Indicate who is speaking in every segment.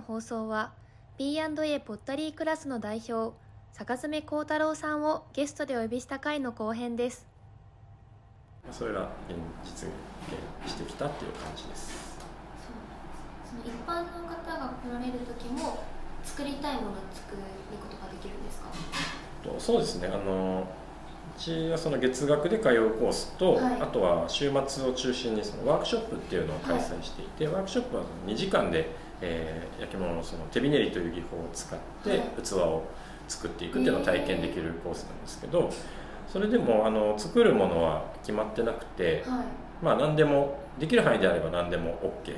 Speaker 1: の放送は B&A ポッタリークラスの代表坂爪幸太郎さんをゲストでお呼びした回の後編です。
Speaker 2: それが実現してきたっていう感じです。
Speaker 1: その一般の方が来られる時も作りたいものを作ることができるんですか？
Speaker 2: そうですね、うちはその月額で通うコースと、はい、あとは週末を中心にそのワークショップっていうのを開催していて、はい、ワークショップは2時間で、焼き物のその手びねりという技法を使って器を作っていくっていうのを体験できるコースなんですけど、それでも作るものは決まってなくて、はい、まあ何でもできる範囲であれば何でも OK、はい、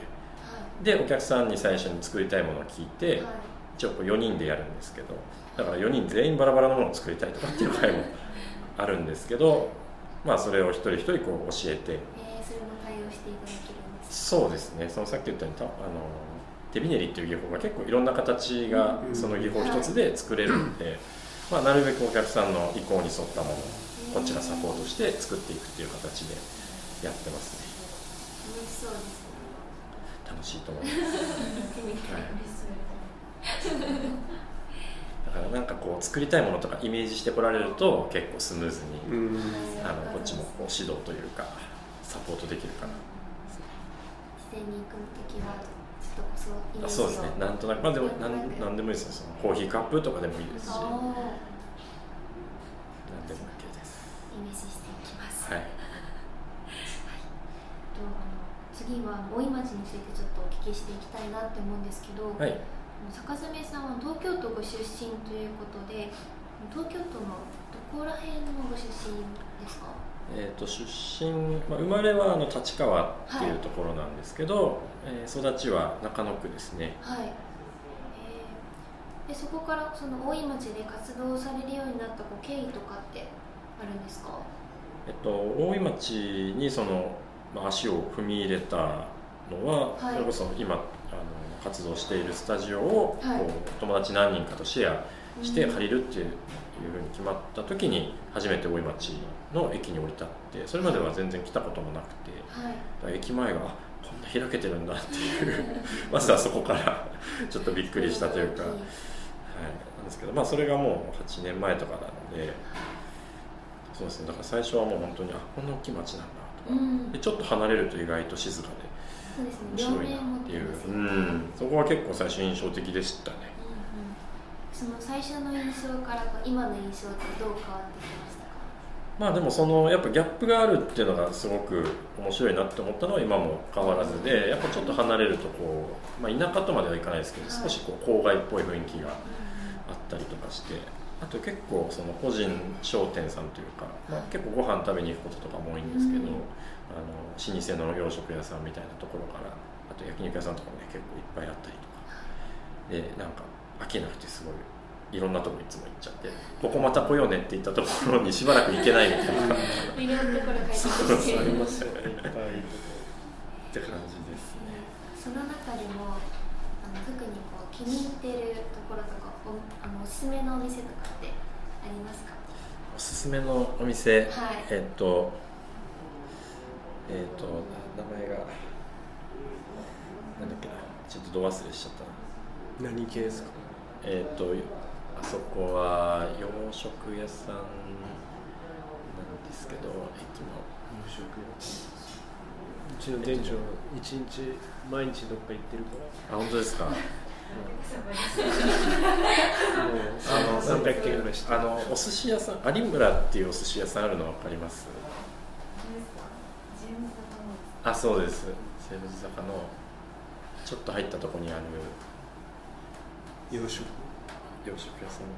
Speaker 2: でお客さんに最初に作りたいものを聞いて、はい、一応4人でやるんですけど、だから4人全員バラバラのものを作りたいとかっていう場合もあるんですけど、まあそれを一人一人こう教えて、
Speaker 1: それも対応していただけるんです
Speaker 2: か？そうですね、そのさっき言ったように手びねりっていう技法が結構いろんな形がその技法一つで作れるので、まあ、なるべくお客さんの意向に沿ったものをこちらサポートして作っていくっていう形でやってますね。
Speaker 1: 楽しそうですね。
Speaker 2: 楽しいと思います、はい、だからなんかこう作りたいものとかイメージしてこられると結構スムーズにこっちもこう指導というかサポートできるかな。
Speaker 1: 事前に行くときはちょっとこそイメージを。
Speaker 2: そうですね、なんとなく、まあでも何でもいいですよ。そのコーヒーカップとかでもいいですし、何でも OK です。
Speaker 1: イメージしていきます。
Speaker 2: はい。
Speaker 1: 次は大井町についてちょっとお聞きしていきたいなって思うんですけど、はい、坂爪さんは東京都ご出身ということで、東京都のどこら辺のご出身ですか？
Speaker 2: 出身、生まれは立川っていうところなんですけど、はい、育ちは中野区ですね。
Speaker 1: はい。でそこからその大井町で活動されるようになった経緯とかってあるんですか？
Speaker 2: 大井町にその足を踏み入れたのは、はい、それこそ今活動しているスタジオをこう友達何人かとシェアして借りるっていうふうに決まった時に初めて大井町の駅に降り立って、それまでは全然来たこともなくて、はい、駅前がこんな開けてるんだっていうまずはそこからちょっとびっくりしたというか、はい、なんですけど、それがもう8年前とかなので、そうですね、だから最初はもう本当にこんな大きい町なんだとか、でちょっと離れると意外と静かで面白いなっていう、そこは結構最初印象的でしたね。
Speaker 1: その最初の印象から今の印象ってどう変わってきましたか？
Speaker 2: でもそのやっぱギャップがあるっていうのがすごく面白いなって思ったのは今も変わらずで、やっぱちょっと離れるとこう、田舎とまではいかないですけど、少しこう郊外っぽい雰囲気があったりとかして、あと結構その個人商店さんというか、結構ご飯食べに行くこととかも多いんですけど、老舗の洋食屋さんみたいなところから、あと焼肉屋さんとかもね結構いっぱいあったりとかで、なんか飽きなくてすごいいろんなとこいつも行っちゃって、ここまた来ようねって言ったところにしばらく行けないみたいな
Speaker 1: いろんなところ帰ってきて
Speaker 2: ありますよね、いっぱいって感じですね。
Speaker 1: その中でも特にこう気に入っているところとかおすすめのお店とかってありますか？
Speaker 2: おすすめのお店、はい、名前がなんだっけな、ちょっとど忘れしちゃったな。
Speaker 3: 何系ですか？
Speaker 2: あそこは洋食屋さんなんですけど、駅の
Speaker 3: 洋食屋、うちの店長毎日どっか行ってるから。
Speaker 2: 本当ですか？
Speaker 3: 300軒ぐらいして
Speaker 2: お寿司屋さん、有村っていうお寿司屋さんあるの分かります？そうです、西武坂のちょっと入ったところにある
Speaker 3: 洋食
Speaker 2: 屋さん、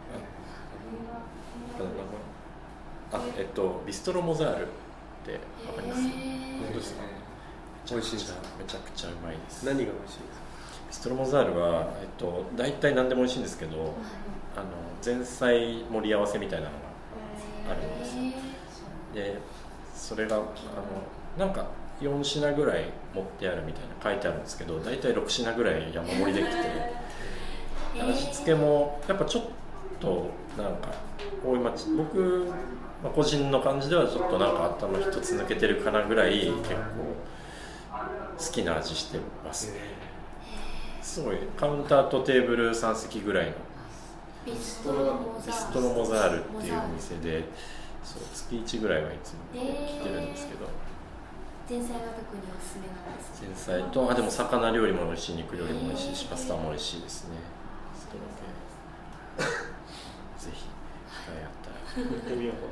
Speaker 2: ビストロモザールって分かります？本当ですか？
Speaker 3: 美味しいです。
Speaker 2: めちゃくちゃうまいです。
Speaker 3: 何が美味しいですか？
Speaker 2: ビストロモザールは、大体何でも美味しいんですけど、前菜盛り合わせみたいなのがあるんですよ。でそれがなんか4品ぐらい持ってあるみたいな書いてあるんですけど、大体6品ぐらい山盛りできて、味付けもやっぱちょっとなんか大井町、僕、個人の感じではちょっとなんか頭一つ抜けてるかなぐらい結構好きな味してますね。 すごいカウンターとテーブル3席ぐらいの
Speaker 1: ビストロモ
Speaker 2: ザールっていうお店で、そう月1ぐらいはいつも来てるんですけど、
Speaker 1: 前菜が特におすすめなんですか？
Speaker 2: 前菜とでも魚料理も美味しい、肉料理も美味しいし、パスタも美味しいですね。ストロ系ぜひ機会あったら
Speaker 3: 行ってみよう。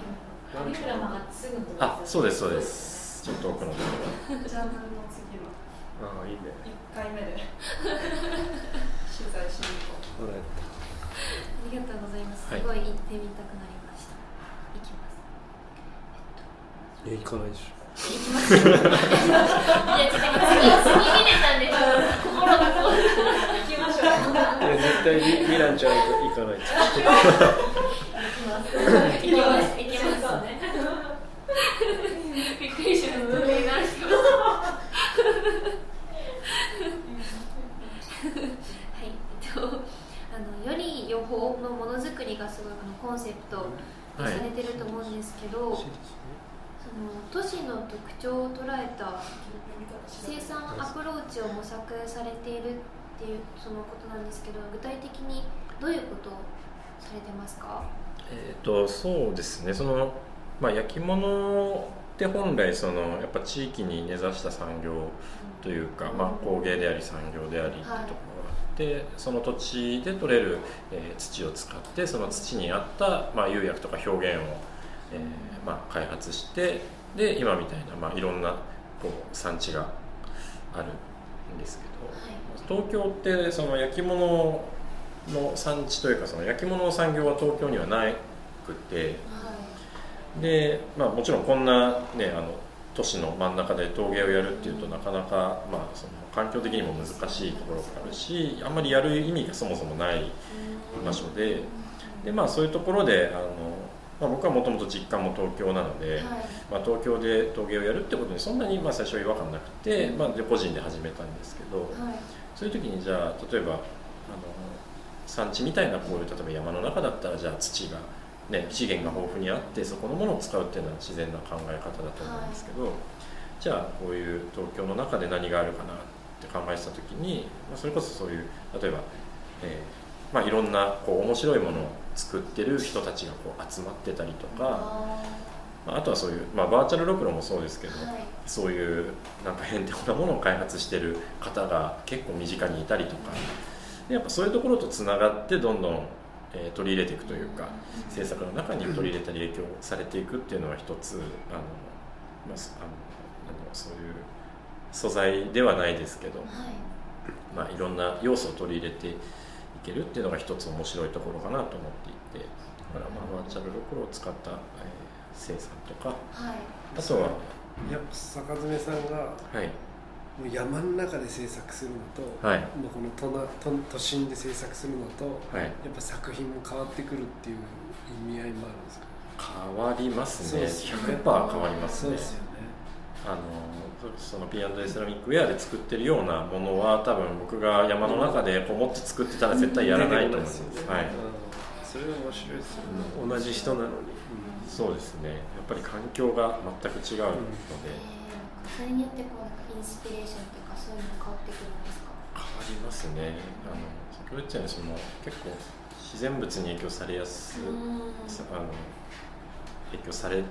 Speaker 2: あ、そうですそうです。ちょっと奥のところ。
Speaker 4: ジャーナルの次は。
Speaker 3: ああ、いいね。
Speaker 4: 1回目で取材しに行こう。
Speaker 1: ありがとうございます。すごい行ってみたくなりました。行きます。
Speaker 3: 行かないでしょ。
Speaker 1: 行きます。いや、次見れたんですよ。心がこう。行きましょう。
Speaker 3: いや、絶対ミランちゃんと行かないと。
Speaker 1: 行きます。行きます。ね。びっくりしました。より予報のものづくりがすごいコンセプトにされてると思うんですけど、その都市の特徴を捉えた生産アプローチを模索されているっていうそのことなんですけど、具体的にどういうことをされてますか？
Speaker 2: そうですね、焼き物って本来やっぱ地域に根ざした産業というか、工芸であり産業でありっていうところがあって、その土地で取れる、土を使ってその土に合った、釉薬とか表現を、開発して、で今みたいな、いろんな産地があるんですけど、東京ってその焼き物の産地というか、その焼き物の産業は東京にはなくて、でもちろんこんな、都市の真ん中で陶芸をやるっていうとなかなか、その環境的にも難しいところがあるし、あんまりやる意味がそもそもない場所で、そういうところで僕はもともと実家も東京なので、東京で陶芸をやるってことにそんなに最初は違和感なくて、で個人で始めたんですけど、そういう時にじゃあ例えば産地みたいなこういう例えば山の中だったら、じゃあ土が、資源が豊富にあってそこのものを使うっていうのは自然な考え方だと思うんですけど、じゃあこういう東京の中で何があるかなって考えてた時に、それこそそういう例えば、いろんな面白いものを作ってる人たちが集まってたりとか、あとはそういう、バーチャルろくろもそうですけど、そういうなんかへんてこなものを開発してる方が結構身近にいたりとか、やっぱそういうところとつながってどんどん取り入れていくというか、制作の中に取り入れたり影響されていくっていうのは一つそういう素材ではないですけど、いろんな要素を取り入れていけるっていうのが一つ面白いところかなと思っていて、だからバーチャルろくろを使った、生産とか、あとは
Speaker 3: 坂爪さんが、もう山の中で制作するのと、この都心で制作するのと、やっぱ作品も変わってくるっていう意味合いもあるんですか？
Speaker 2: 変わりますね。100% 変わりますね。そうですよね。その P&A セラミックウェアで作ってるようなものは多分僕が山の中でこもって作ってたら絶対やらないと思います。
Speaker 3: それは面白いですよね。同じ人なのに。
Speaker 2: そうですね。やっぱり環境が全く違うので。
Speaker 1: それによってインスピレーションとかそういうの変わってくるんですか？
Speaker 2: 変わりますね。先ほど言ったように結構自然物に影響されやす影響される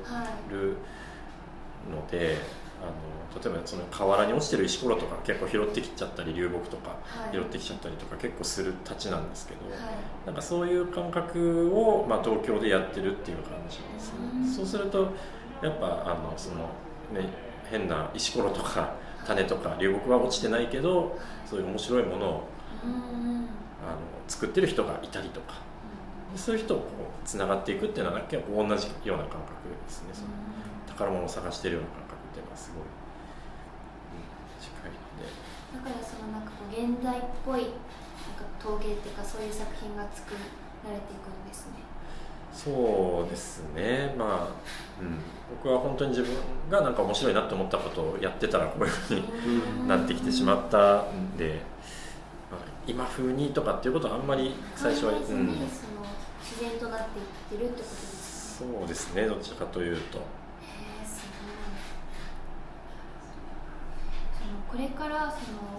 Speaker 2: ので、例えばその河原に落ちてる石ころとか結構拾ってきちゃったり、流木とか拾ってきちゃったりとか結構するたちなんですけど、なんかそういう感覚を、東京でやってるっていう感じですね。そうするとやっぱ変な石ころとか種とか流木は落ちてないけど、そういう面白いものを作ってる人がいたりとか、そういう人をつながっていくっていうのは結構同じような感覚ですね。その宝物を探しているような感覚っていうのはすごい、近いので、
Speaker 1: だから現代っぽい陶芸っていうかそういう作品が作られていくんですね。
Speaker 2: そうですね。僕は本当に自分がなんか面白いなと思ったことをやってたらこういうふうになってきてしまったんで、今風にとかっていうことはあんまり最初は、
Speaker 1: 自然となっていってるってことですか？
Speaker 2: そうですね。どちらかというと。
Speaker 1: すごい。これから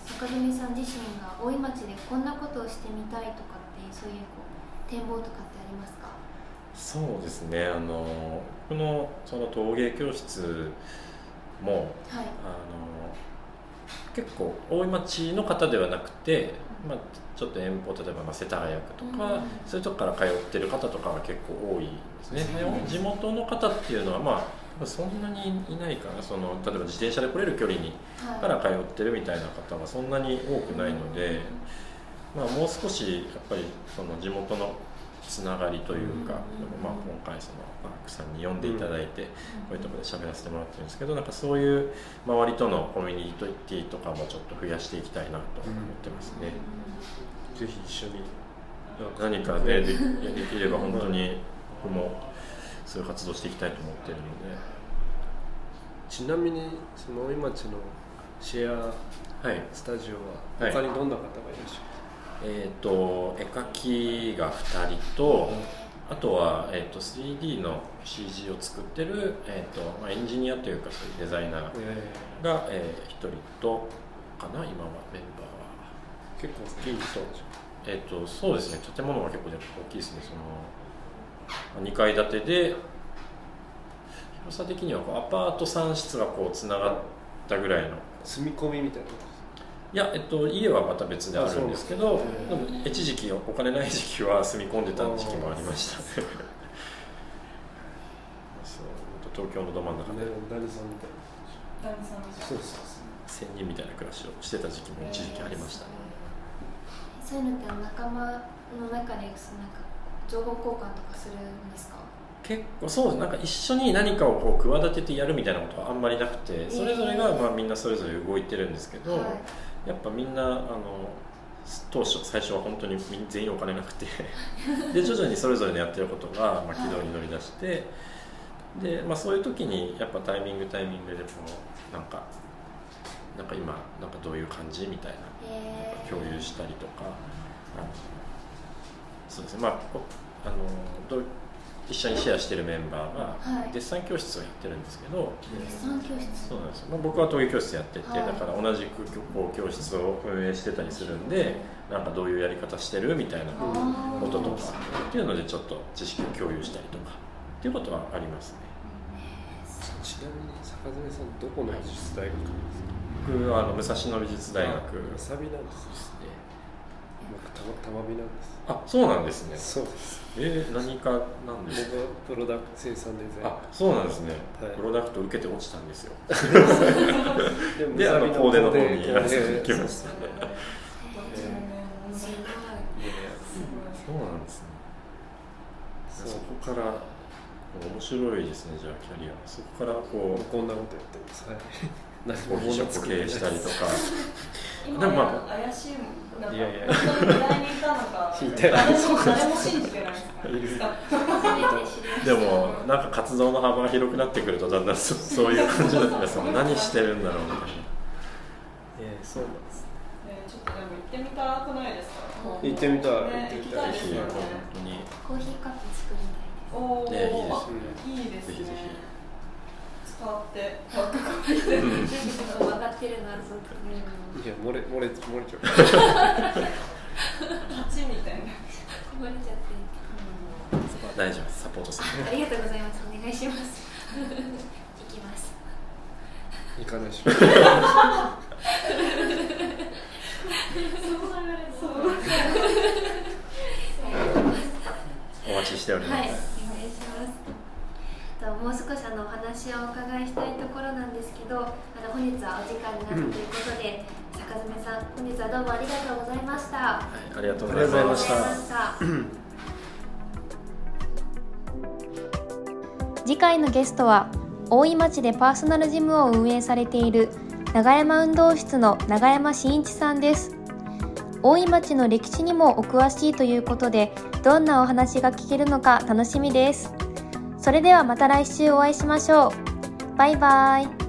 Speaker 1: 坂爪さん自身が大井町でこんなことをしてみたいとかってそういう展望とかってありますか？
Speaker 2: そうですね、僕のその陶芸教室も、はい、結構大井町の方ではなくて、ちょっと遠方、例えば世田谷区とか、そういうとこから通ってる方とかが結構多いですね。地元の方っていうのはそんなにいないかな。例えば自転車で来れる距離にから通ってるみたいな方はそんなに多くないので、もう少しやっぱりその地元のつながりというか、今回そのマークさんに呼んでいただいて、こういうところで喋らせてもらってるんですけど、そういう周りとのコミュニティとかもちょっと増やしていきたいなと思ってますね。
Speaker 3: ぜひ一緒に
Speaker 2: 何かねできれば本当に僕もそういう活動していきたいと思っているので。
Speaker 3: ちなみにその大井町のシェアスタジオは他にどんな方がいらっしゃる？
Speaker 2: 絵描きが2人と、あとは、3D の CG を作ってる、エンジニアというかそういうデザイナーが、1人とかな、今はメンバーは。
Speaker 3: 結構大きい人でしょ？
Speaker 2: そうですね、建物が結構大きいですね。2階建てで、広さ的にはアパート3室がつながったぐらいの。
Speaker 3: 住み込みみたいなことですか？
Speaker 2: いや、家はまた別であるんですけど、でも一時期お金ない時期は住み込んでた時期もありました東京のど真ん中で
Speaker 3: ダニさんみたいな
Speaker 2: 仙人みたいな暮らしをしてた時期も一時期ありましたね。
Speaker 1: そういうのって仲間の中で情報交換とかするんですか？
Speaker 2: 結構そうです。一緒に何かを企ててやるみたいなことはあんまりなくて、それぞれがみんなそれぞれ動いてるんですけど、やっぱみんな最初は本当に全員お金なくてで徐々にそれぞれのやってることが軌道に乗り出して、で、そういう時にやっぱタイミングでなんか今どういう感じみたいな共有したりとか、そうですね、一緒にシェアしてるメンバーがデッサン教室をやってるんですけど、
Speaker 1: デッサン教室、
Speaker 2: そうなんですよ。僕は陶芸教室やってて、だから同じく教室を運営してたりするんで、どういうやり方してるみたいなこととかっていうのでちょっと知識を共有したりとかっていうことはありますね。
Speaker 3: ちなみに坂爪さんどこの美術大学ですか？
Speaker 2: 僕は武蔵野美術大学。わ
Speaker 3: さびなんですね。僕たまびなんです。
Speaker 2: あ、そうなんですね。
Speaker 3: そうです。
Speaker 2: 何かなんですか？
Speaker 3: 僕はプロダクト生産デザイン。
Speaker 2: あ、そうなんですね。プロダクト受けて落ちたんですよ。で、コーデの方にやらせていきましたね。そうなんですね。そこから面白いですね。じゃあキャリア、そこからこ
Speaker 3: んなことやってます。
Speaker 2: コーヒーショップ経営したりとか。
Speaker 4: 今でも怪しいもん。本当に時代にいたのか誰も信じてないですか？
Speaker 2: でも活動の幅が広くなってくるとだんだんそういう感じになってます。何してるんだろうみたいな。
Speaker 3: そうなんです。
Speaker 4: ちょっとでも行ってみたくないですか？
Speaker 3: 行ってみたい。
Speaker 4: 行きたいですよね。
Speaker 2: 本当に。
Speaker 1: コーヒーカップ作りたいです。
Speaker 4: いいですね。
Speaker 2: ぜひぜひ。
Speaker 4: 使って
Speaker 1: 分かってるな、そう
Speaker 3: いや、漏れちゃう。
Speaker 4: 立ちみたいな。
Speaker 1: こぼれちゃって。
Speaker 2: 大丈夫です。サポートする。
Speaker 1: ありがとうございます。お願いします。行きます。
Speaker 3: 行かないし。
Speaker 2: お待ちしております。
Speaker 1: はい、お願いします。もう少しお話をお伺いしたいところなんですけど、本日はお時間になったということで、坂爪さん、本日はどうもありがとうございました。
Speaker 2: はい、ありがとうございました。
Speaker 1: 次回のゲストは大井町でパーソナルジムを運営されている永山運動室の永山真一さんです。大井町の歴史にもお詳しいということで、どんなお話が聞けるのか楽しみです。それではまた来週お会いしましょう。バイバイ。